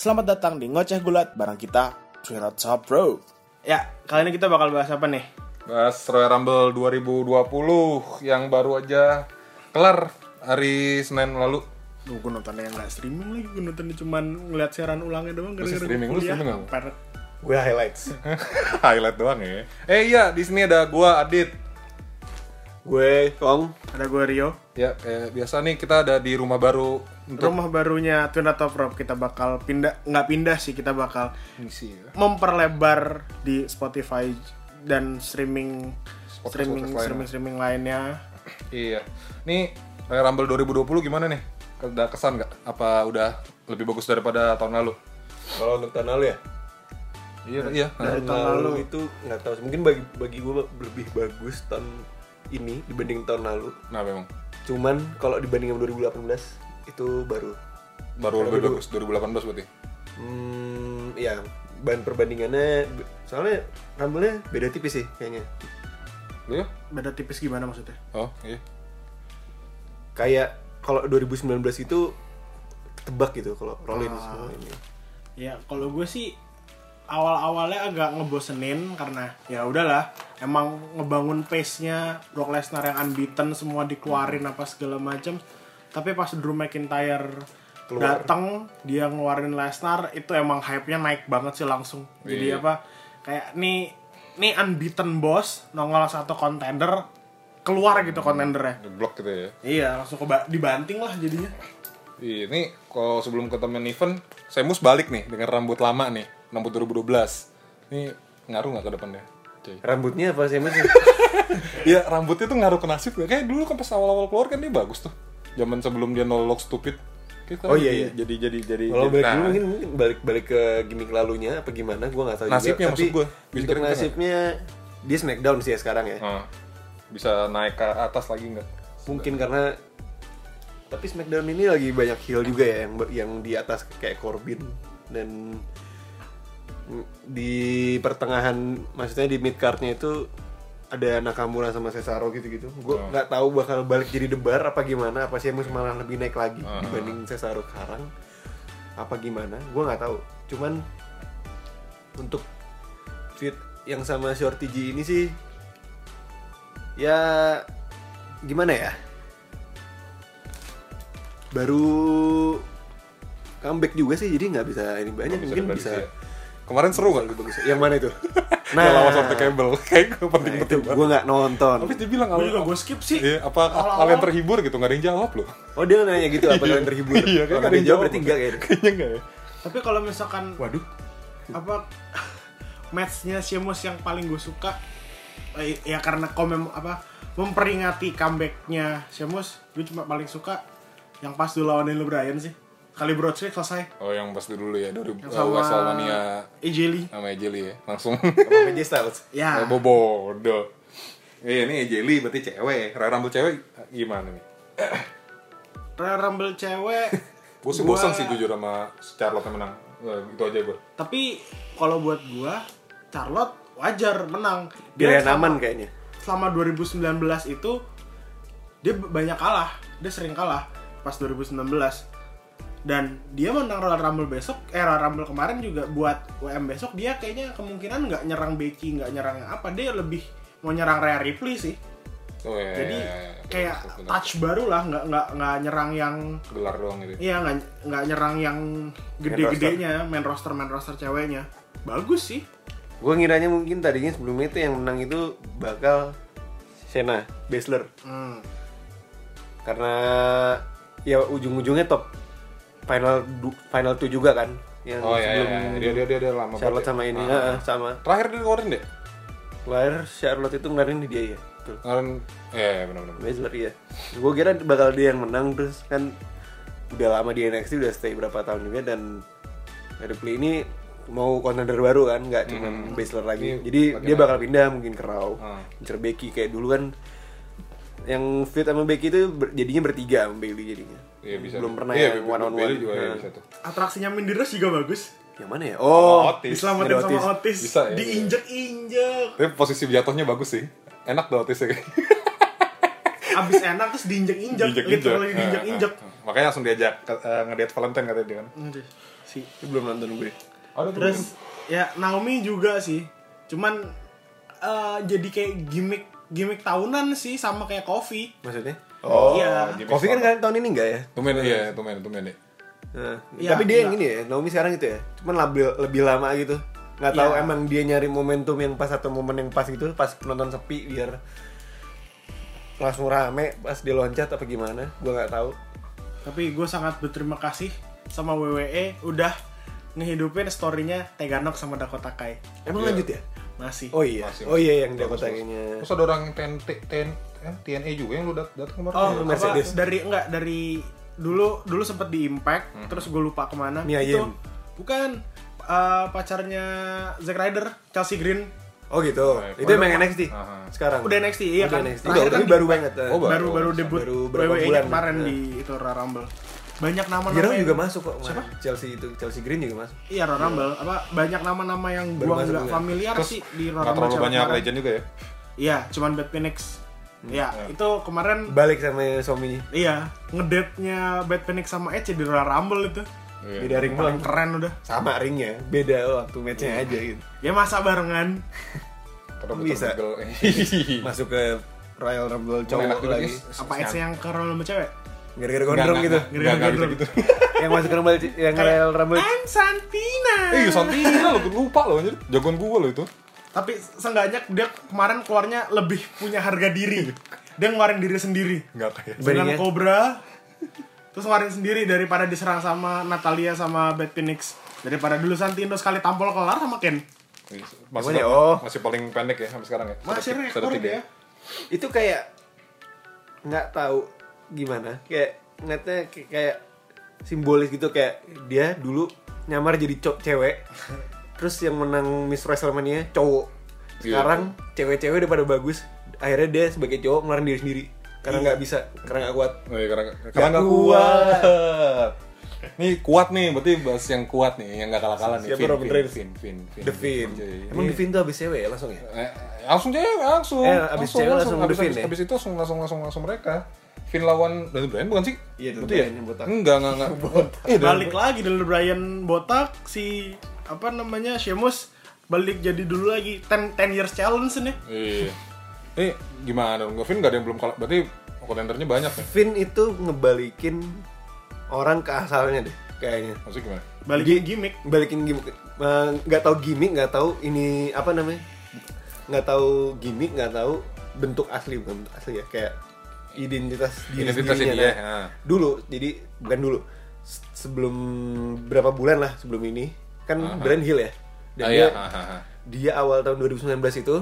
Selamat datang di Ngoceh Gulat bareng kita, Twira Top Bro. Ya, kali ini kita bakal bahas apa nih? Bahas Royal Rumble 2020 yang baru aja kelar hari Senin lalu. Gue nontonnya nggak streaming lagi, gue nontonnya cuma ngeliat siaran ulangnya doang. Lu streaming, lu streaming nggak? Gue highlights. Highlight doang ya. Iya, di sini ada gua Adit. Gue Kong. Ada gue Rio. Ya, kayak biasa nih kita ada di rumah baru. Rumah barunya Twira Top Bro. Kita bakal nggak pindah sih, kita bakal misi ya. memperlebar di Spotify dan streaming lainnya. Iya. Nih Royal Rumble 2020 gimana nih? Ada kesan nggak? Apa udah lebih bagus daripada tahun lalu? Kalau untuk tahun lalu ya? Iya. Dari Tahun tahun lalu itu nggak tahu. Mungkin bagi gue lebih bagus tahun ini dibanding tahun lalu. Nah, memang. Cuman kalau dibanding sama 2018 itu baru Lebih bagus 2018 berarti. Ya bahan perbandingannya soalnya Rumble-nya beda tipis sih kayaknya. Lu ya? beda tipis gimana maksudnya? Oh, iya. Kayak kalau 2019 itu tebak gitu kalau Rollins semua ini. Ya kalau gue sih awal-awalnya agak ngebosenin karena ya udahlah, emang ngebangun pace-nya Brock Lesnar yang unbeaten semua dikeluarin apa segala macam. Tapi pas Drew McIntyre datang, dia ngeluarin Lesnar, itu emang hype-nya naik banget sih langsung. Jadi Iya. apa kayak nih unbeaten boss nongol satu contender keluar gitu kontendernya. Ngeblok gitu ya. Iya, langsung dibanting lah jadinya. Ini kalau sebelum ke main event, Sheamus balik nih dengan rambut lama nih, rambut 2012. Ini ngaruh nggak ke depannya? Cuy. Rambutnya apa sih Mas? Iya, rambutnya tuh ngaruh ke nasib gak? Kayak dulu kan pas awal-awal keluar kan dia bagus tuh. Zaman sebelum dia no look stupid. Kita Oh iya. Jadi Kalau balik nah, dulu mungkin balik ke gimmick lalunya apa gimana gue nggak tahu nasibnya juga. maksud gue. Untuk nasibnya dia Smackdown sih ya sekarang ya. Bisa naik ke atas lagi nggak? Mungkin karena tapi Smackdown ini lagi banyak heel juga ya yang di atas kayak Corbin dan di pertengahan maksudnya di mid cardnya itu ada Nakamura sama Cesaro gitu-gitu. Gue nggak tahu bakal balik jadi debar apa gimana, apa sih malah lebih naik lagi dibanding Cesaro sekarang apa gimana? Gue nggak tahu. Cuman untuk feud yang sama Shorty G ini sih ya gimana ya? Baru comeback juga sih, jadi nggak bisa ini banyak mungkin bisa. Ya. Kemarin seru nggak? Bagus. Yang mana itu? Nah, lawan Sorte Cable. Kayak penting-penting itu gue nggak nonton. Tapi dia bilang Gue juga gue skip sih. Iya, apa kalian terhibur gitu? Nggak ada yang jawab loh. Oh dia nanya gitu apa kalian terhibur? Iya, kalau kan ada yang jawab berarti enggak kayaknya. Kayaknya enggak ya. Tapi kalau misalkan Waduh. apa matchnya Sheamus yang paling gue suka ya karena memperingati comebacknya Sheamus, gue cuma paling suka yang pas dulu lawan Daniel Bryan sih, kali Broad Street selesai Oh, yang pas dulu ya, dari sama WrestleMania AJ sama AJ Lee ya, langsung. Sama AJ Styles. ya. Bodoh. Iya, ini AJ Lee berarti cewek. Royal Rumble cewek gimana nih? Royal Rumble cewek Gue sih bosan sih jujur sama Charlotte yang menang. Itu aja gue. tapi kalau buat gue Charlotte wajar menang. Pilihan aman kayaknya. Selama 2019 itu dia banyak kalah, dia sering kalah pas 2019. Dan dia menang Royal Rumble besok, Royal Rumble kemarin juga buat WM besok dia kayaknya kemungkinan nggak nyerang Becky, nggak nyerang apa, dia lebih mau nyerang Rhea Ripley sih. Oh, iya, Jadi iya. kayak touch baru lah, nggak nyerang yang gelar doang gitu. iya nggak nyerang yang gede-gedenya, main roster ceweknya. Bagus sih. Gue ngiranya mungkin tadinya sebelumnya itu yang menang itu bakal Shayna Baszler. Karena ya ujung-ujungnya top final 2 juga kan yang Oh iya, sebelum dia lama Charlotte banget sama ya. ini sama Terakhir dia ngeluarin deh. lahir Charlotte itu ngelarin dia ya. Betul. Kemarin benar-benar. Baszler ya. Gue kira bakal dia yang menang, terus kan udah lama di NXT, udah stay berapa tahun juga, dan Ripley ini mau contender baru kan, nggak cuma Baszler lagi. Ini Jadi lagi dia naik. bakal pindah mungkin ke Raw, incer Becky kayak dulu kan. Yang fit sama Becky itu jadinya bertiga sama Bayley jadinya. Iya, bisa. Belum pernah Iya, yang one on one. Bailey juga ya, bisa tuh. Atraksinya Mindy Rose juga bagus. Yang mana ya? Oh, Otis. Diselamatin ada sama Otis. Bisa ya, Diinjek-injek. Tapi posisi jatuhnya bagus sih. Enak tuh Otisnya kayak. abis enak terus diinjek-injek, literally diinjek-injek. Makanya langsung diajak ngedate Valentine katanya dia kan. Si Belum nonton gue. terus ya Naomi juga sih, cuman jadi kayak gimmick tahunan sih, sama kayak Coffee. Maksudnya? Iya. Coffee kan tahun ini enggak ya? Tumen deh. Nah, Iya, tapi dia yang enggak. ini ya, Naomi sekarang gitu ya. Cuman lebih lama gitu. Nggak tahu Iya. emang dia nyari momentum yang pas atau momen yang pas gitu, pas penonton sepi biar langsung rame pas dia loncat apa gimana, gua nggak tahu. Tapi gue sangat berterima kasih sama WWE udah ngehidupin story-nya Teganok sama Dakota Kai. Emang Iya. lanjut ya? Masih. Oh iya. Masih. Oh iya yang Bagus, Dakota bagus. kayaknya. Terus ada orang TNA juga yang lu datang kemarin. Oh, ya? Mercedes. dari dulu sempet di Impact, terus gue lupa kemana. Mia Itu Yim. bukan pacarnya Zack Ryder, Chelsea Green. Oh gitu. Oh, Itu emang NXT Aha. sekarang. Udah NXT, iya Udah kan. NXT. Terakhir Tapi kan baru banget. Oh, baru debut baru berapa WWE bulan. kemarin Nah. di itu Royal Rumble. Banyak nama-nama Girl yang- juga masuk kok. Siapa? Chelsea Green juga masuk. Iya, Royal Rumble. Apa banyak nama-nama yang Baru gua masuk nggak juga. familiar Terus sih di Royal nggak Rumble terlalu banyak kemarin. legend juga ya. Iya, cuman Bad Phoenix. Ya, itu kemarin Balik sama suaminya. iya, ngedate-nya Bad Phoenix sama Edge di Royal Rumble itu. Iya. Beda ring Paling doang. keren udah. Sama ringnya, beda waktu matchnya aja gitu. Ya masa barengan. Kenapa Bisa. betul-betul- Masuk ke Royal Rumble Enak cowok juga lagi. sih. Apa Edge yang ke Royal Rumble cewek? Gara-gara gondrong gitu. Enggak bisa gitu. Yang masuk ke Rumble yang Royal Rumble. I'm Santina. Santina lo lupa lo anjir. Jagoan gua lo itu. Tapi seenggaknya dia kemarin keluarnya lebih punya harga diri. Dia ngeluarin diri sendiri. Enggak kayak. Dengan Bandingnya? Cobra. Terus ngeluarin sendiri daripada diserang sama Natalia sama Bad Phoenix. Daripada dulu Santino sekali tampol kelar sama Ken. Masih, Gimana ya? Oh. masih paling pendek ya sampai sekarang ya. Masih Sudah rekor tiga. dia. Itu kayak nggak tahu gimana. Kayak ngeliatnya kayak simbolis gitu, kayak dia dulu nyamar jadi cewek. Terus yang menang Miss WrestleMania cowok. Sekarang cewek-cewek udah pada bagus. Akhirnya dia sebagai cowok ngeluarin diri sendiri. Karena nggak bisa, karena nggak kuat. Oh, iya, karena Nggak nggak kuat. kuat. Nih kuat nih, berarti bahas yang kuat nih, yang nggak kalah-kalah nih. Siapa Roman Reigns? Finn. The Finn. Jadi, Emang The Finn tuh abis cewek ya langsung ya? langsung cewek langsung. Abis cewek langsung The Finn ya? Abis itu langsung mereka. Finn lawan Daniel Bryan bukan sih? Iya, Daniel Berarti ya? Bryan yang botak. Enggak. Iya, Balik lagi Daniel Bryan botak, si apa namanya Sheamus balik jadi dulu lagi 10 years challenge nih. Iya. Ini gimana? Finn nggak ada yang belum kalah. Berarti kontendernya banyak nih. Finn itu ngebalikin orang ke asalnya deh kayaknya. Maksudnya gimana? Balikin gimmick. Balikin gimmick, nggak tahu gimmick, nggak tahu ini apa namanya, nggak tahu gimmick, nggak tahu bentuk asli, bukan bentuk asli ya, kayak identitas Identitasnya dirinya. dia, Nah, ha. dulu, jadi bukan dulu, sebelum berapa bulan lah sebelum ini kan Brand Hill ya, dan iya. dia awal tahun 2019 itu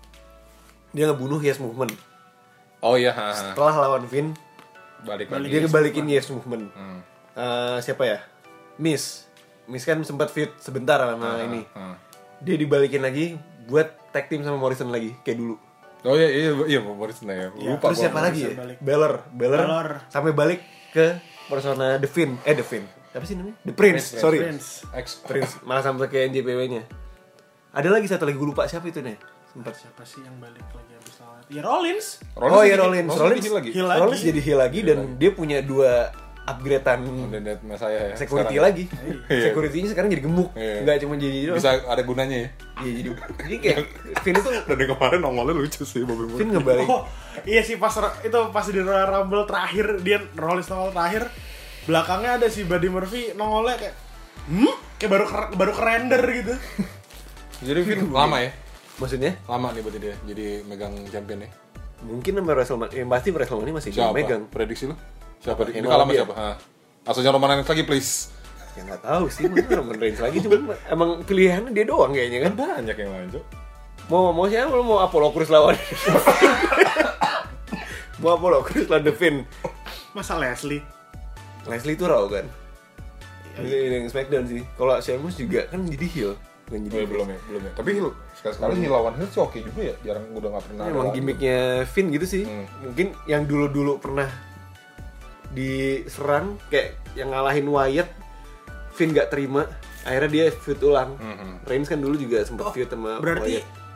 dia ngebunuh Yes Movement. Oh iya. Setelah lawan Finn, Balik Balik. lagi. dia ngebalikin Yes Movement. Hmm. Siapa ya? Miss kan sempat feud sebentar sama ini. Dia dibalikin lagi buat tag team sama Morrison lagi kayak dulu. Oh iya Morrison ya. Lupa Terus gua. siapa lagi ya? balik. Balor sampai balik ke persona The Finn. The Finn. Apa sih namanya? The Prince. Sorry. Prince. Prince. Malah sampai ke NJPW-nya. Ada lagi satu lagi gue lupa siapa itu nih. Sempat. Siapa sih yang balik lagi habis lawan? Ya Rollins. Oh iya Rollins. Rollins lagi. Heel lagi. Rollins jadi heel lagi dan dia punya 2 upgradean Dan saya ya. security sekarang. lagi. Iya. Security-nya sekarang jadi gemuk. Iya. Enggak cuma jadi doang. Bisa ada gunanya ya. Iya jadi kayak Finn itu Dan yang kemarin nongolnya lucu sih Bobby Moore. Finn ngebalik. Oh, iya sih pas di Royal Rumble terakhir dia Rollins nongol terakhir. Belakangnya ada si Buddy Murphy nongolnya kayak kayak baru kerender gitu. Jadi Finn lama ya. Maksudnya Lama nih berarti dia jadi megang champion ya. mungkin sama WrestleMania, yang pasti WrestleMania masih dia Siapa? megang. Prediksi lu? Siapa? Dia Emang kalah sama dia. siapa? Asal Roman Reigns lagi please. Ya nggak tahu sih, mungkin Roman Reigns lagi cuma emang pilihannya dia doang kayaknya kan. Banyak yang lain, Cok. Mau siapa? Lu mau Apollo Crews lawan? Mau Apollo Crews lawan The Finn. Masa Leslie? Leslie itu Raw kan? Ini yang Smackdown sih. Kalau Sheamus juga kan jadi heel. Bukan jadi Oh, ya, belum ya. Tapi Hill sekali Hill lawan Hill sih oke juga ya. Jarang udah nggak pernah. Emang gimmicknya Finn gitu sih. Mungkin yang dulu pernah diserang kayak yang ngalahin Wyatt, Finn gak terima, akhirnya dia feud ulang. Reigns kan dulu juga sempat feud sama Berarti Wyatt.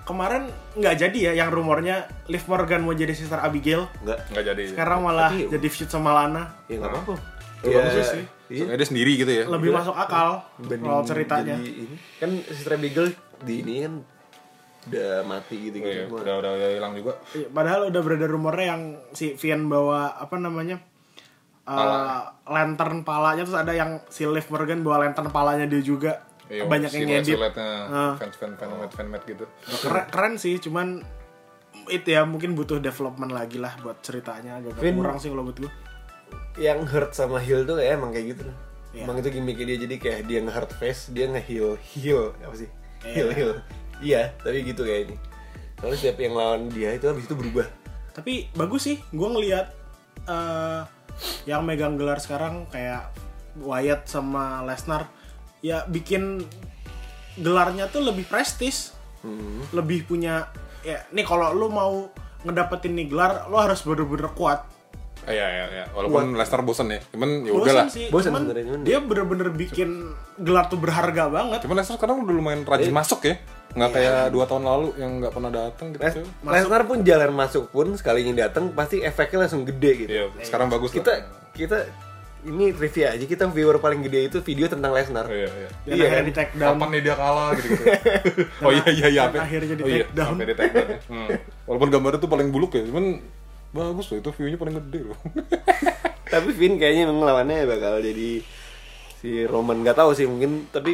kemarin nggak jadi ya yang rumornya Liv Morgan mau jadi Sister Abigail. Nggak jadi. Sekarang malah Tapi- jadi feud sama Lana. Ya nggak apa-apa. Bagus sih. Iya. Soalnya dia sendiri gitu ya. Lebih masuk akal Dibanding kalau ceritanya. jadi ini. Kan Sister Abigail di ini kan udah mati gitu Iya, gitu. udah hilang juga. Iya, padahal udah beredar rumornya yang si Vian bawa apa namanya lantern palanya, terus ada yang si Liv Morgan bawa lantern palanya dia juga. Iya, Banyak yang ngedit. fan-fan gitu. Keren sih, cuman itu ya mungkin butuh development lagi lah buat ceritanya, agak Vin- kurang sih kalau buat gue. Yang hurt sama heal tuh kayak emang kayak gitu loh. Iya. Emang itu gimmicknya dia, jadi kayak dia nge-hurt face, dia nge-heal apa sih? Iya. Heal. Iya, tapi gitu kayak ini. Soalnya setiap yang lawan dia itu habis itu berubah. Tapi bagus sih, gue ngelihat yang megang gelar sekarang kayak Wyatt sama Lesnar ya bikin gelarnya tuh lebih prestis, lebih punya ya. Nih kalau lu mau ngedapetin nih gelar, lu harus bener-bener kuat. Iya. Walaupun Lesnar bosen ya. Cuman ya Bosan udahlah. sih, Bosan cuman sebenarnya, cuman dia bener-bener bikin gelar tuh berharga banget. Cuman Lesnar sekarang udah lumayan rajin masuk ya. Nggak kayak 2 tahun lalu yang nggak pernah datang gitu. Lesnar pun jalan masuk pun sekalinya datang pasti efeknya langsung gede gitu. Iya, sekarang bagus lah. Kita ini trivia aja, kita viewer paling gede itu video tentang Lesnar. Iya. Dan Iya, akhirnya kan? di take down. Kapan nih dia kalah gitu-gitu. Oh iya. Dan akhirnya di Oh iya, take down. sampai di take down. Ya. Walaupun gambarnya tuh paling buluk ya, cuman bagus loh, itu view-nya paling gede loh. Tapi Vin kayaknya memang lawannya bakal jadi si Roman, nggak tahu sih mungkin, tapi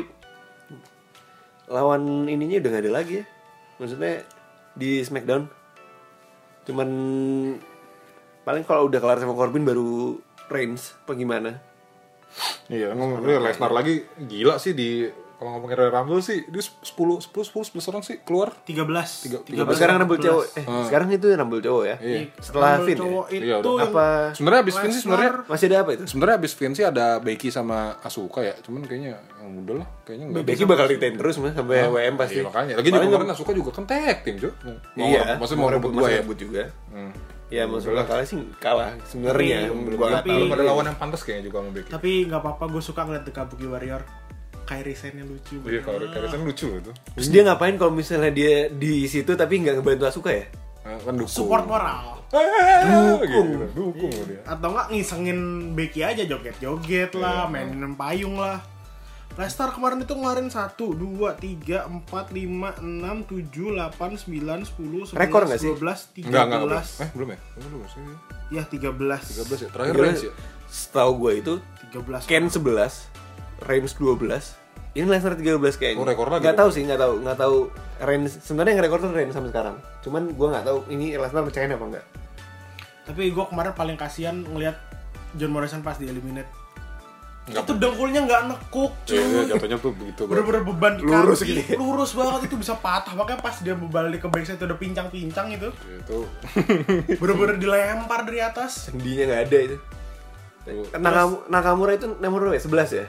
lawan ininya udah nggak ada lagi ya. Maksudnya di SmackDown cuman paling kalau udah kelar sama Corbin baru Reigns apa gimana. Iya, ngomongin Lesnar lagi gila sih di kalau ngomongin Royal Rumble sih dia 10 orang sih keluar. 13. Sekarang Rumble cowok, sekarang itu Rumble cowok ya. Iya. Setelah Rumble Vin ya? cowok itu Iya, udah. yang Apa Sebenarnya abis Vince sih sebenarnya masih ada apa itu? sebenarnya abis Vince sih ada Becky sama Asuka ya, cuman kayaknya yang udah lah, kayaknya enggak. Becky bakal retain terus mas sampai WM pasti. Iya, makanya. Lagi juga kemarin Asuka juga kan tag team, Jo. Iya, Maksudnya mau rebut gua ya. rebut juga. Ya maksudnya kalah sih kalah sebenarnya. Gua nggak tahu. Belum ada lawan yang pantas kayaknya juga sama Becky. Tapi nggak apa-apa, gue suka ngeliat The Kabuki Warrior. Kairi Sen-nya lucu. Iya, kalau Karisan lucu loh itu. Terus dia ngapain kalau misalnya dia di situ tapi nggak ngebantu Asuka ya? Kan dukung. Support moral. Dukung dia. Atau nggak ngisengin Becky aja, joget-joget lah, mainin payung lah. Lesnar kemarin itu ngeluarin 1, 2, 3, 4, 5, 6, 7, 8, 9, 10, 11, Rekor nggak sih? 12, 13. Enggak. Belum ya? Belum sih. Ya 13. 13 ya. Terakhir Reigns ya. Setahu gue itu 13. Ken 11, Reigns 12. Ini Lesnar 13 kayaknya. Oh, rekor lagi Nggak dong. tahu sih, nggak tahu Reigns. Sebenarnya yang rekor tuh Reigns sampai sekarang. Cuman gue nggak tahu ini Lesnar percayain apa enggak. Tapi gue kemarin paling kasihan ngelihat John Morrison pas di eliminate. Nggak. Itu dengkulnya nggak nekuk, cuy. Iya, jatuhnya tuh begitu. Bener-bener beban di Lurus kaki, gitu ya? lurus banget, itu bisa patah. Makanya pas dia balik ke backside itu udah pincang-pincang itu. Itu Bener-bener dilempar dari atas. Sendinya nggak ada itu. Nakamura itu nomor berapa ya? 11 ya?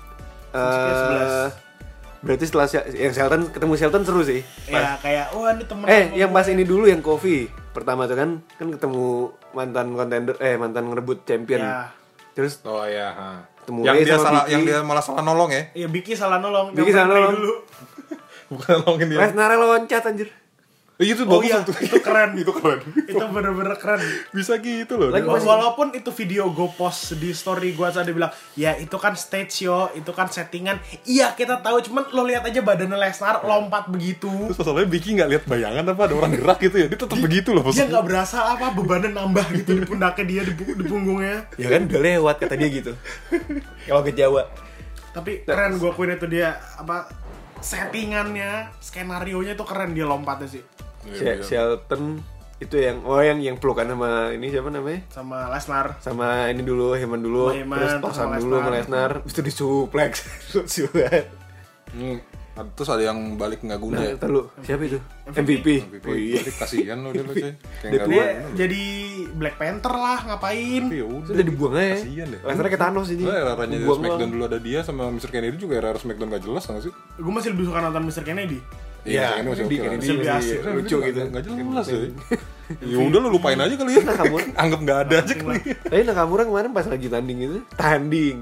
Masuknya 11. Berarti setelah yang Shelton ketemu Shelton seru sih. Ya kayak wah ini temen Yang pas ini dulu yang Kofi pertama tuh kan ketemu mantan kontender mantan ngerebut champion. Ya. Terus oh ya, ketemu yang Ray dia sama salah, Vicky. yang dia malah salah nolong ya. Iya, Vicky salah nolong. Vicky Yang salah Ray nolong. dulu. Bukan nolongin dia. Lesnar loncat anjir. Itu Oh bagus iya, tuh. itu keren. Itu keren. Itu bener-bener keren. Bisa gitu loh. Lagi dia. Walaupun itu video gue post di story gue saat dia bilang, ya itu kan stage show, itu kan settingan. Iya kita tahu, cuman lo lihat aja badannya Lesnar lompat begitu. Terus masalahnya Vicky nggak lihat bayangan apa ada orang gerak gitu ya. Dia tetap begitu loh. Dia nggak berasa apa bebannya nambah gitu di pundaknya dia, di punggungnya. Ya kan udah lewat kata dia gitu. Kalau ke Jawa. Tapi keren gue akuin itu dia apa settingannya, skenarionya tuh keren dia lompatnya sih. Shelton itu yang pelukan sama ini siapa namanya? Sama Lesnar. Sama ini dulu Heyman dulu, Sama Heyman, terus terus tosan sama dulu sama Lesnar. Lesnar, itu disuplex. Lucu banget. Terus ada yang balik nggak guna Nah, ya. ntar lu, siapa itu? MVP. MVP. Oh iya. Jadi kasihan loh dia loh cuy. Kayak Dia nggak Dia guna. jadi Black Panther lah, ngapain? Tapi ya Itu udah dibuang aja. Kasihan deh. Lesnar kayak Thanos ini. Nah, era-eranya Dibuang Smackdown doang. dulu ada dia sama Mr. Kennedy juga era Smackdown gak jelas nggak sih? Gue masih lebih suka nonton Mr. Kennedy. Iya, Kennedy masih Kennedy, oke lah. Kennedy Masih masih asik. lucu gitu. Nggak jelas ya. Ya udah lu lupain aja kali ya. Nakamura. Anggap nggak ada aja kali. Tapi Nakamura kemarin pas lagi tanding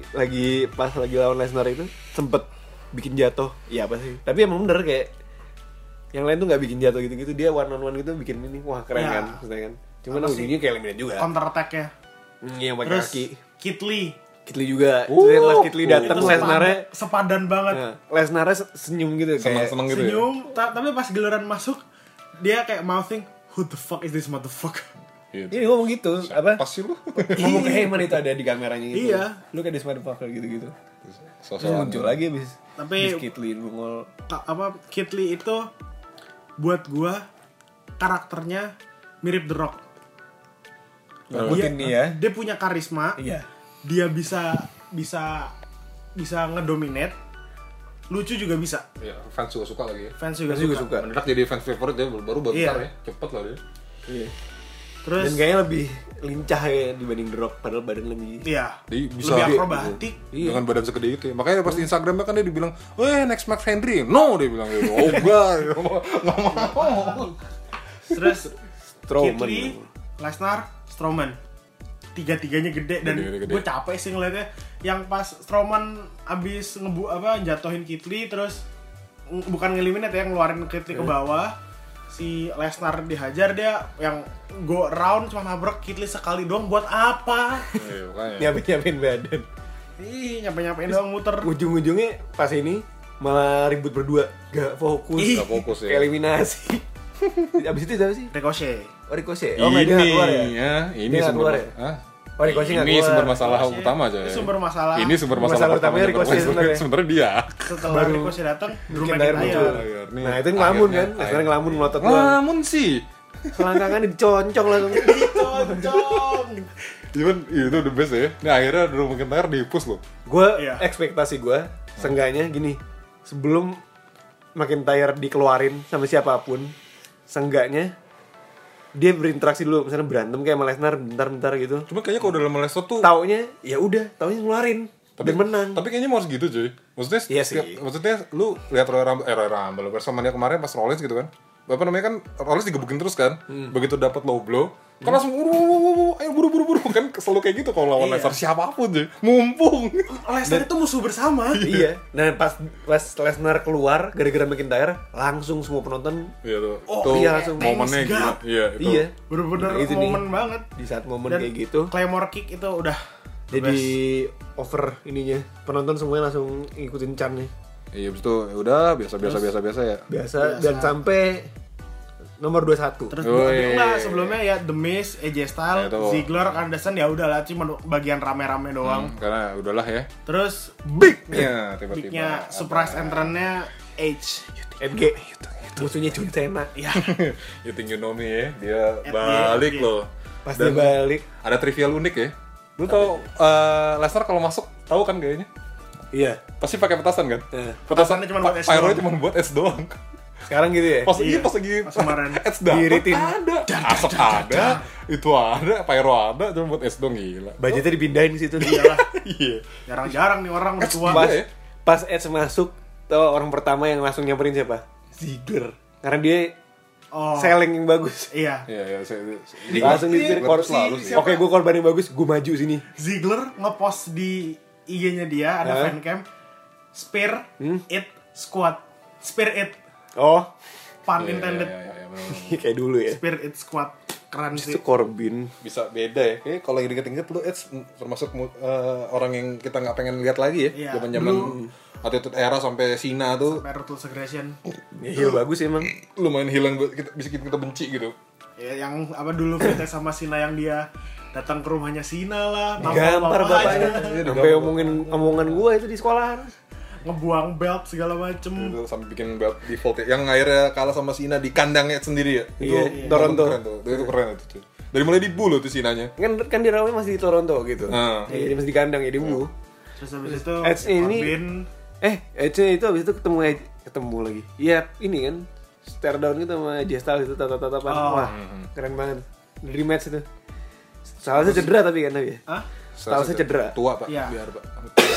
pas lagi lawan Lesnar itu sempet bikin jatuh. Iya apa sih? Tapi emang bener kayak Yang lain tuh nggak bikin jatuh gitu-gitu, dia one on one gitu bikin ini, wah keren Ya. kan, maksudnya kan. Cuman Apa sih? ujungnya kayak eliminate juga. Counter attack-nya. Yang pakai Terus kaki. Kit Lee. Kitli juga. Terus pas Kitli datang Itu Lesnar-nya sepadan banget. Lesnar-nya senyum gitu kayak Seneng-seneng gitu ya. Senyum, tapi pas giliran masuk dia kayak mouthing, who the fuck is this motherfucker? Gitu. ini ngomong gitu, apa? Pas sih lu. Ngomong ke Heyman itu ada di kameranya gitu. Iya. Lu kayak this motherfucker gitu-gitu. Terus Sosok muncul lagi abis Tapi- Kitli nongol. Kit Lee itu buat gua karakternya mirip The Rock. Ngikutin nih ya. Dia punya karisma. Iya. Dia bisa ngedominate. Lucu juga bisa. Ya, fans juga suka lagi ya. Fans juga Fans juga suka. suka. Mendadak jadi fans favorite ya, baru Iya. bentar ya. Cepet lah dia. Iya. Terus Dan kayaknya lebih lincah ya dibanding The Rock, padahal badan lebih. iya. Dia bisa Lebih akrobatik. dengan badan segede itu ya. Makanya pas di Instagramnya kan dia dibilang, "Weh, next Mark Henry." No, dia bilang gitu. Oh, enggak. Enggak mau. Terus Strowman. Kit Lee, Lesnar, Strowman. Tiga-tiganya gede dan Gede. gue capek sih ngeliatnya. Yang pas Strowman abis jatuhin Kit Lee, terus bukan ngeliminate ya, ngeluarin Kit Lee ke bawah. Si Lesnar dihajar, dia yang go round cuma nabrak Kit Lee sekali doang, buat apa? Iya, makanya. Nyapin badan. Ih, nyampe-nyampein doang muter. Ujung-ujungnya pas ini malah ribut berdua, gak fokus. Nggak fokus ya. Kayak eliminasi. Abis itu siapa sih? Ricochet. Oh Ricochet. Oh nggak, dia nggak keluar ya? Ini Dia nggak sumber keluar ya? Hah? Oh Ricochet nggak Ini keluar. sumber masalah Ricochet. utama aja. Ini sumber masalah. Ini sumber Masalah masalah utamanya Ricochet sebenarnya. sebenarnya dia. Setelah Baru Ricochet datang, Drew McIntyre muncul. McIntyre. Nih, Nah itu ngelamun kan, akhirnya- Lesnar ngelamun melotot doang. Ngelamun sih. Selangkangannya diconcong langsung. Concong. Cuman itu the best ya. Nah akhirnya Drew McIntyre di-push loh. Gue Iya. ekspektasi gue, seenggaknya gini, sebelum McIntyre dikeluarin sama siapapun, seenggaknya dia berinteraksi dulu, misalnya berantem kayak sama Lesnar bentar-bentar gitu. Cuma kayaknya kalau dalam Lesnar tuh Taunya ya udah, taunya ngeluarin dan menang. Tapi kayaknya mau harus gitu cuy. Maksudnya Iya sih. maksudnya lu lihat Royal Rumble WrestleMania kemarin pas Rollins gitu kan. Apa namanya kan Rollins digebukin terus kan. Begitu dapat low blow, kan langsung ayo buru-buru kan selalu kayak gitu kalau lawan Iya. Lesnar siapapun cuy. Mumpung. Lesnar itu musuh bersama. Iya. Nah pas Lesnar keluar gara-gara McIntyre, langsung semua penonton Iya tuh. Oh, Tuh, iya, langsung momennya thanks gila. God. Iya, itu. iya. Bener-bener Nah, itu nih. momen banget. Di saat momen Dan kayak gitu, Claymore kick itu udah jadi over ininya. Penonton semuanya langsung ngikutin Chan-nya. Iya, abis itu ya udah biasa ya. Biasa dan sampai nomor 21. Terus Oh, iya, enggak, iya, sebelumnya ya The Miz, AJ Styles, Ya, itu. Ziggler, Anderson ya udahlah cuma bagian rame-rame doang. Karena udahlah ya. Terus Big-nya tiba-tiba. bignya surprise entrance-nya Edge. MG. Musuhnya John Cena. Ya, You think you know me ya. Dia FG. balik loh. Pas dia balik. Ada trivial unik ya. Lu tau Lesnar kalau masuk tahu kan gayanya? Iya. Pasti pakai petasan kan? Iya. Petasannya cuma buat es Pyro-nya doang. cuma buat es doang. Sekarang gitu ya. Pas Iya. pas lagi Pas kemarin. es dapet Diiritin. ada. Asap ada, itu ada, pyro ada, cuma buat es doang gila. Budgetnya dipindahin ke situ. iyalah. Iya. Jarang-jarang nih orang udah tua. Pas, ya? pas Edge masuk, tau orang pertama yang langsung nyamperin siapa? Ziggler. Karena dia Oh. selling yang bagus. Iya. Iya, Langsung Iya, dipikir selalu sih. Oke, gue korban yang bagus, gue maju sini. Ziggler ngepost di IG-nya dia ada Hah? fancam Spear it squad. Spear it Oh, pun Iya, intended. kayak dulu ya. Spear it squad. Keren sih. Itu Corbin. Bisa beda ya. Kayaknya kalau yang diinget-inget lu Edge termasuk orang yang kita nggak pengen lihat lagi ya. Iya, Zaman-zaman Attitude Era sampai Cena tuh Sampai Ruthless Aggression. Ya, heel bagus emang. lumayan hilang kita bisa kita benci gitu. Ya, yang apa dulu kita sama Sina yang dia datang ke rumahnya Sina lah, Gampar nampol bapaknya. Iya, Sampai omongan gue itu di sekolahan. ngebuang belt segala macem. Itu sampai bikin belt default ya. Yang akhirnya kalah sama Cena di kandangnya sendiri ya. Iya, Toronto. Keren tuh. Itu keren itu cuy. Dari mulai di bulu tuh Cena-nya. Kan di Raw masih di Toronto gitu. Ah. Ya, jadi masih di kandang ya di Bu. Terus habis itu Edge ini Corbin, Edge itu abis itu ketemu lagi. Iya, ini kan stare down gitu sama AJ Styles itu tatapan. Oh. Wah, keren banget. Dari match itu. Stylesnya cedera tapi kan tapi ya. Hah? Stylesnya cedera. Tua, Pak. Iya. Biar, Pak.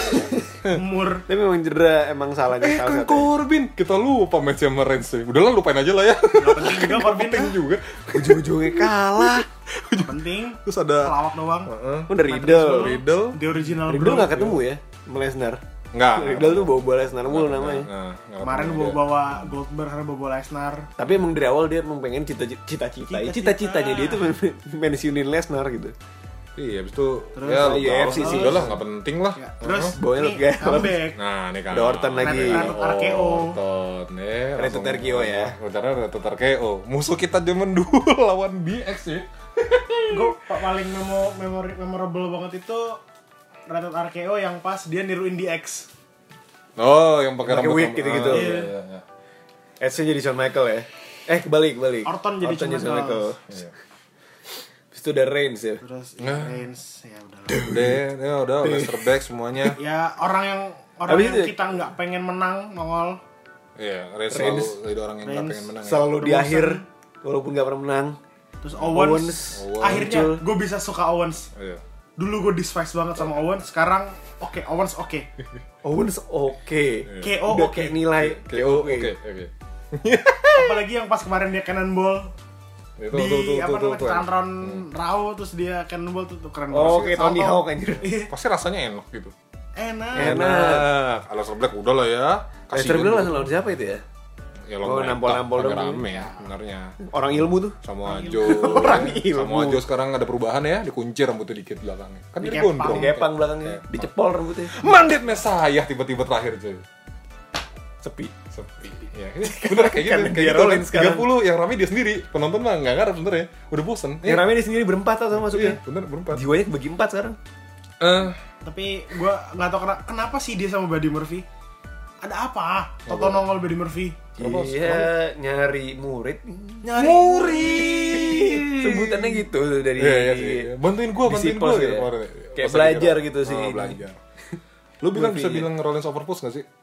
umur. Tapi memang cedera emang salahnya Kan Styles. Corbin. Kita lupa match sama Reigns. Udahlah lupain aja lah ya. Gak penting juga Corbin Penting lah. juga. Ujung-ujungnya kalah. Gak penting. Terus ada Pelawak doang. Udah Riddle. Riddle. The original Riddle bro. nggak ketemu ya sama Lesnar. Enggak. Riddle tuh bawa Lesnar mulu namanya. Kemarin bawa Goldberg, sekarang bawa Lesnar. Tapi emang dari awal dia emang pengen cita-citanya dia tuh pensiunin Lesnar gitu. Iya, abis itu Terus ya UFC sih. udah lah, nggak penting lah. Ya, terus Bawanya ini lega. comeback. Nah, ini kan. Ada Orton lagi. Rated RKO. Orton, Rated RKO ya. Rencana Rated RKO. Musuh kita zaman dulu lawan BX ya. Gue paling memorable banget itu Rated RKO yang pas dia niruin DX. Oh, yang pakai Pakai rambut wig gitu-gitu. Iya. Edge-nya jadi Shawn Michael ya. Kebalik. Orton jadi Shawn Michael. Iya. Habis itu ada Reigns ya. Terus Reigns ya udahlah. Udah Lester back semuanya. Ya orang Habis yang itu ya? kita nggak pengen menang nongol. Iya, Reigns selalu jadi orang yang nggak Reigns pengen menang. Ya. Selalu di Bosen. akhir walaupun nggak pernah menang. Terus Owens. Owens. Akhirnya muncul. gue bisa suka Owens. Iya. Dulu gue despise banget sama Owens, sekarang Owens oke. Owens oke. KO Udah oke. kayak nilai KO, oke. Apalagi yang pas kemarin dia cannonball Itu di apa namanya tuh. kecelakaan round Raw, terus dia cannonball tuh keren Oh, banget. kayak Tony Salto. Hawk anjir. Pasti rasanya enak gitu. Enak. Alas Black udah lah ya. Lester Black langsung lawan siapa itu ya? Ya Oh, nampol-nampol dong. rame ya sebenarnya. Orang ilmu tuh. Sama Joe. Orang ilmu. Sama Joe sekarang ada perubahan ya, dikunci rambutnya dikit belakangnya. Kan dia Dikepang. gondrong. Digepang belakangnya, dicepol rambutnya. Mandet Messiah tiba-tiba terakhir cuy. Sepi. Sepi. Ya, ini bener kayak gitu. Karena Kayak dia gitu Rollins sekarang. 30 yang rame dia sendiri. Penonton mah enggak ngarep sebenarnya. Udah bosen. Yang rame dia sendiri berempat atau masuknya. Iya, bener berempat. Jiwanya kebagi 4 sekarang. Tapi gue nggak tahu kenapa sih dia sama Buddy Murphy. Ada apa? Toto nongol Buddy Murphy. Kenapa? Iya, nyari murid. Nyari Sebutannya gitu dari Iya sih. Bantuin gua disciples gitu ya. kemarin. Kayak Pas belajar lagi gitu sih. belajar. Lu bilang Murphy, bisa ya. bilang Rollins overpush enggak sih?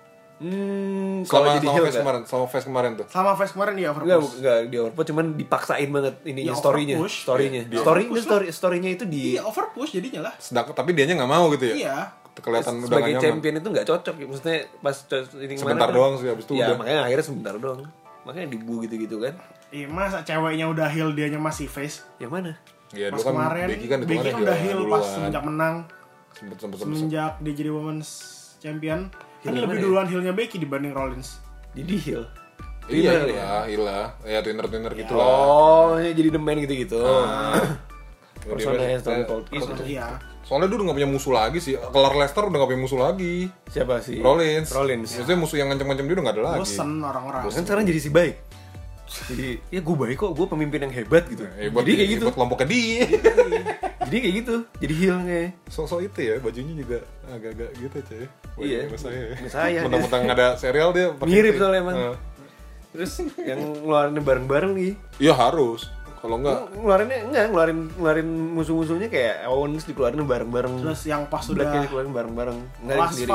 Kalau jadi heel sama face kemarin tuh. Sama face kemarin dia enggak overpush. enggak di overpush cuman dipaksain banget ininya Ya, story-nya. overpush. Story-nya. Dia Story-nya itu di Iya overpush jadinya lah. Sedangkan tapi dianya enggak mau gitu ya. Iya. Kelihatan udah sebagai nggak nyaman. champion itu nggak cocok ya. Maksudnya pas ini kemarin Sebentar kan- doang sih, habis itu ya, udah. makanya akhirnya sebentar doang. Makanya dibu gitu-gitu kan. Iya masa ceweknya udah heel dianya masih face. Yang mana? Iya, Pas dulu kan kemarin Becky kan Becky hitungannya kan udah heel pas semenjak menang. sempet. Semenjak dia jadi women's champion. Kan Heel lebih mana ya? duluan heelnya Becky dibanding Rollins. Jadi heel. Iya, Heel ya? hilah. Ya twinner gitu lah. Oh, ini jadi the man gitu-gitu. Ya, Personanya dia- Stone Cold dia- Stone. Iya. Soalnya dia udah gak punya musuh lagi sih. Kelar Lester udah gak punya musuh lagi. Siapa sih? Rollins. Rollins. Maksudnya musuh yang ngancam-ngancam dia udah gak ada lagi. Bosen orang-orang. Kan sekarang jadi si baik. Jadi ya gue baik kok, gue pemimpin yang hebat gitu. Buat Jadi kayak gitu. Buat kelompoknya dia. Jadi kayak gitu. Jadi heel kayak. Sosok itu ya, bajunya juga agak-agak gitu cuy. Iya. Saya. Mentang-mentang ada serial dia pakai Mirip itu. soalnya emang. Terus yang ngeluarin bareng-bareng nih. Iya harus. Kalau enggak Ngeluarin musuh-musuhnya kayak Owens dikeluarin bareng-bareng. Terus yang pas Blacknya udah dikeluarin bareng-bareng. Nggak dia last sendiri.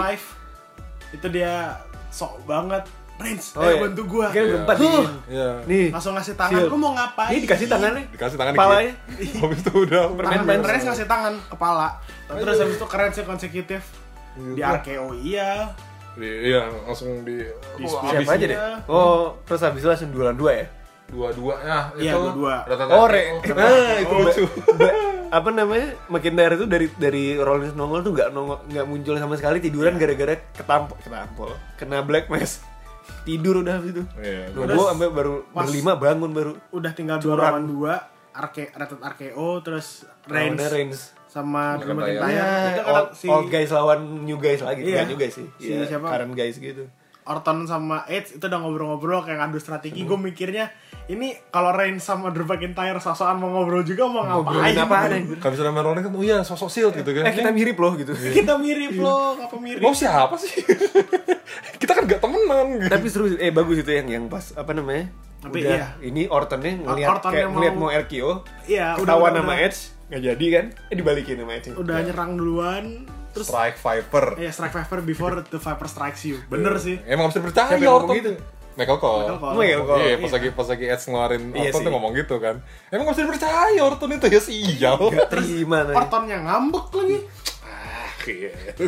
5 itu dia sok banget. Reigns, Oh, ayo iya. bantu gua. Kan berempat nih. Iya. Nih. Langsung ngasih tangan, Shield. lu mau ngapain? Ini dikasih tangannya. Dikasih tangan Kepalanya. dikit. Habis itu udah Permen Tangan Reigns. Reigns ngasih tangan, kepala. Terus habis itu keren sih konsekutif. Di RKO iya. Iya, langsung di Siapa aja deh? Iya. Oh, terus habis itu langsung duelan dua ya? dua-dua ya Iya, dua-dua. Oh, itu lucu. Apa namanya? McIntyre itu dari Rollins nongol tuh nggak muncul sama sekali tiduran gara-gara ketampol. Kena Black Mass. Tidur udah habis itu. Iya. Terus Gue sampai baru pas- berlima bangun baru. Udah tinggal Curang. 2 lawan 2, Rated RKO, terus Lawannya Reigns Reigns. sama Drew McIntyre. McIntyre. Ya, Itu kan old guys lawan new guys lagi. Iya. Bukan new guys sih. Si Iya, siapa? current guys gitu. Orton sama Edge itu udah ngobrol-ngobrol kayak ngadu strategi. Gue mikirnya ini kalau Reigns sama Drew McIntyre sosokan mau ngobrol juga mau Ngobrolin ngapain? apaan, gitu. anjir? Kalau misalnya main Rollins kan, oh iya sosok shield gitu kan. Kita mirip loh gitu. Kita mirip loh, ngapa mirip? Lo siapa sih? Kita kan gak temenan gitu. Tapi seru bagus itu yang pas apa namanya? Tapi udah, iya. ini Ortonnya ngeliat Orton kayak yang ngeliat mau- mau RKO. Iya, ketahuan udah- sama udah. Edge nggak jadi kan? Dibalikin sama Edge. Udah nyerang duluan, terus Strike Viper. strike Viper before the Viper strikes you. Bener sih. Emang gak bisa dipercaya Siapa yang ngomong Orton gitu? Michael Cole. Michael Cole. Michael Cole. Iya, Iya. pas lagi Edge ngeluarin Iya Orton sih. tuh ngomong gitu kan. Emang gak bisa dipercaya Orton itu ya sial. Gak terima nih. Ortonnya ngambek lagi. Iya.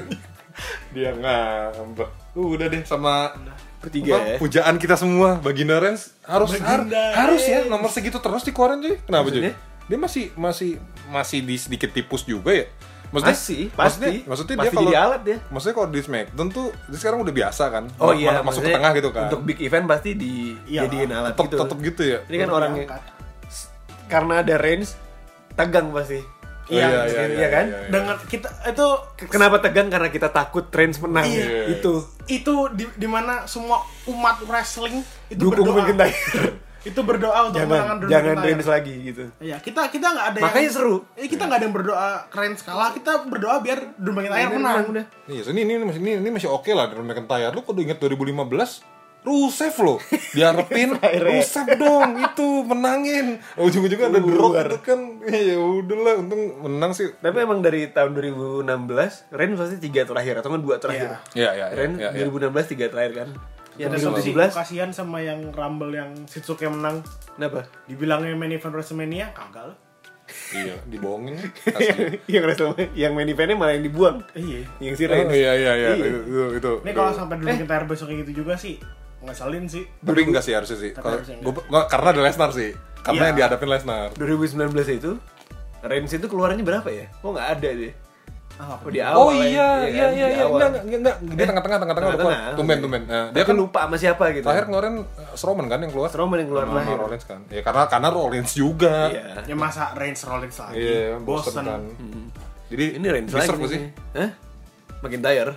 Dia ngambek. Udah deh sama Bertiga ya. pujaan kita semua Baginda Reigns harus Baginda harus ya Reigns. nomor segitu terus dikeluarin cuy. Kenapa cuy? Maksudnya? Dia masih di sedikit tipus juga ya. Maksudnya dia pasti kalau jadi alat dia. Maksudnya kalau di SmackDown tuh dia sekarang udah biasa kan. Oh iya, masuk ke maksudnya tengah gitu kan. Untuk big event pasti dijadiin alat gitu. Tetep gitu ya. Ini kan orangnya karena ada Reigns tegang pasti. Iya, iya kan? Dengan kita itu Kenapa tegang? Karena kita takut Reigns menang. Iya. Itu di mana semua umat wrestling itu dukung berdoa. McIntyre. Itu berdoa untuk kemenangan Drew Jangan McIntyre. Reigns lagi gitu. Iya, kita nggak ada Makanya yang, seru. Kita nggak ada yang berdoa keren skala, kita berdoa biar Drew McIntyre menang. udah. Iya, ini masih oke lah Drew McIntyre. Lu kudu inget 2015 Rusev loh, diharapin Rusev dong itu menangin. Ujung-ujungnya ada The Rock itu kan, ya udahlah, untung menang sih. Tapi emang dari tahun 2016 Reigns pasti 3 terakhir atau kan 2 terakhir. Iya. Reigns 2016 3 terakhir kan. Yang Yang sih 2017 kasihan sama yang Rumble yang Shinsuke menang. kenapa? Dibilangnya main event WrestleMania, kagak lah. Iya, dibohongin asli. yang main eventnya malah yang dibuang. Iya. Yang si Reigns. Iya, itu. Ini kalau sampai Drew McIntyre besok kayak gitu juga sih, ngeselin sih. Tapi enggak sih harusnya sih. Kalau harusnya karena ada Lesnar sih. Karena Iya. yang dihadapin Lesnar. 2019 itu Reigns itu keluarannya berapa ya? Oh nggak ada deh. Oh di Oh awal. iya, kan? Di awal. enggak. Dia tengah-tengah Tengah-tengah. tumben. Nah, Dia dia kan lupa sama siapa gitu. terakhir ngeluarin Strowman kan yang keluar. Strowman yang keluar Sama terakhir. Rollins kan. Ya karena Rollins juga. Iya. Ya masa Reigns Rollins lagi. Iya, bosen bosen. kan. Jadi Ini Reigns lagi deserve nggak sih? nih. Hah? McIntyre.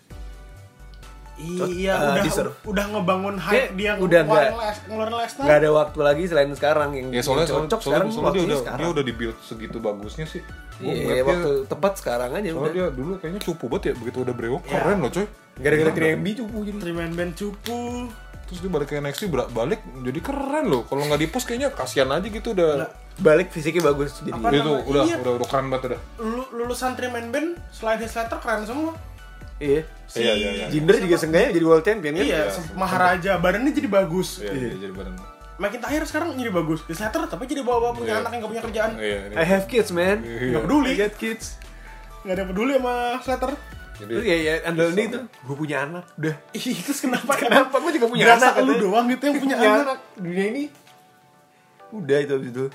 Iya, deserve. udah ngebangun Kayak hype dia udah ngeluarin Lesnar. Nggak ada waktu lagi selain sekarang yang Ya soalnya cocok sekarang dia waktunya udah sekarang. dia udah di-build segitu bagusnya sih. Gua Iya, ngeliat waktu tepat sekarang aja soalnya udah. dia dulu kayaknya cupu banget ya, begitu udah brewok keren loh coy. Gara-gara 3MB cupu jadi. Three-man band cupu. Terus dia balik ke NXT balik jadi keren loh. Kalau nggak di-post kayaknya kasihan aja gitu udah. Balik fisiknya bagus jadi. Apa Itu namanya? Iya. udah keren banget udah. Lulusan three-man band selain Heath Slater keren semua. Iya. Iya. Jinder juga seenggaknya jadi world champion kan? Iya, Maharaja badannya jadi bagus. Iya, jadi badan. McIntyre sekarang jadi bagus. Heath Slater tapi jadi bawa-bawa punya anak yang gak punya kerjaan. Iya, ini. I have kids man. Gak peduli. I got kids. Gak ada yang peduli sama Slater. Jadi Terus ya andalan itu. Gue punya anak. Udah. Ih, terus kenapa? Kenapa? Gue juga punya Berasa anak. lu katanya. doang gitu yang punya Punya anak. anak. Dunia ini. Udah itu abis itu.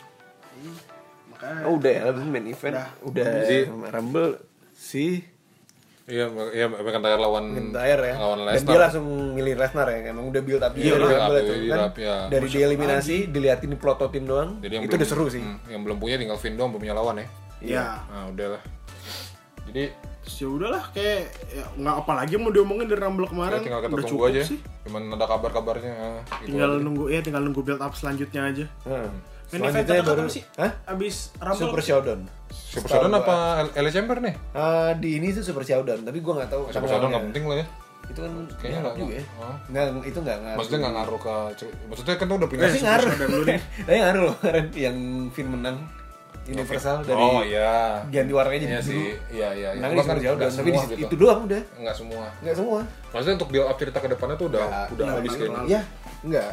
Makanya Oh udah ya, abis itu main event. Udah. Jadi- Rumble si iya McIntyre lawan McIntyre ya. lawan Dan Lesnar. dia langsung milih Lesnar ya. Emang udah build up Iya, dari build up, Rumble itu build kan. up, ya. Dari dieliminasi, diliatin dipelototin doang. Jadi yang itu belum- udah seru sih. Yang belum punya tinggal Finn doang, belum punya lawan ya. Iya. Nah, udahlah. Jadi Terus ya udahlah kayak ya, nggak apa lagi mau diomongin dari Rumble kemarin. ya tinggal kita Udah tunggu cukup aja. sih. Cuman ada kabar-kabarnya. Gitu aja. Tinggal nunggu build up selanjutnya aja. Main event Selanjutnya terdekat baru apa sih? Hah? Abis Rumble. Super Showdown. Super Showdown apa LA Chamber nih? Di ini tuh Super Showdown, tapi gue nggak tahu. Super Showdown nggak penting lah ya. Itu kan Kayaknya nggak juga ya. oh. Nggak, itu nggak ngaruh. Maksudnya nggak ngaruh ke maksudnya kan tuh udah punya Tapi ngaruh. Showdown dulu nih. Tapi ngaruh loh, Ren. Yang Finn menang Universal dari Oh iya. ganti warnanya jadi Iya biru. sih. Iya. Menang di Cuma Super Showdown, nggak tapi di semua gitu. itu doang udah. Nggak semua. Nggak semua. Maksudnya untuk build up cerita ke depannya tuh udah habis nggak kayaknya. Iya, enggak.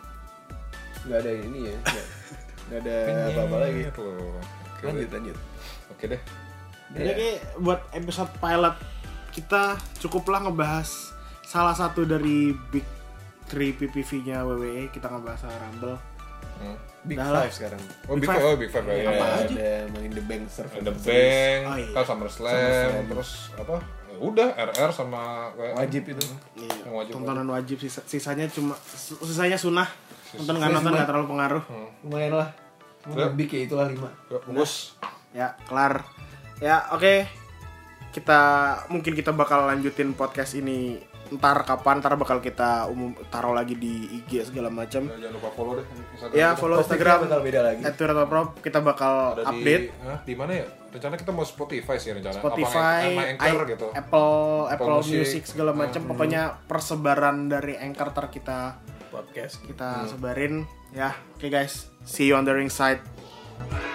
Enggak ada ini ya. Enggak ada apa-apa lagi. Oke, Lanjut. Oke deh. Jadi kayak buat episode pilot kita cukuplah ngebahas salah satu dari Big 3 PPV-nya WWE. Kita ngebahas soal Rumble. Big Dah lah. Five sekarang. Oh, Big Five. Five. Oh, Big Five. Iya, Apa aja? ada main The Bank Survivor Ada Series. Bang, Oh, iya. kan SummerSlam, terus apa? Ya udah RR sama Wajib itu. Iya, Yang wajib. tontonan wajib sisanya sisanya sunnah. Nonton nggak nonton nggak terlalu pengaruh. Lumayan lah. Big ya itulah 5. Ya, bungkus. Ya, kelar. Ya, oke. Mungkin kita bakal lanjutin podcast ini ntar bakal kita taruh lagi di IG segala macam. Jangan lupa follow deh Instagram. Ya, kita. follow Instagram Instagram bakal beda lagi. @wirataprop. Kita bakal Ada update di mana ya? Rencana kita mau Spotify sih rencana. Spotify, apa Anchor gitu. Apple Music. Music segala macam. Pokoknya persebaran dari Anchor kita Podcast. sebarin ya. Oke guys, see you on the ringside.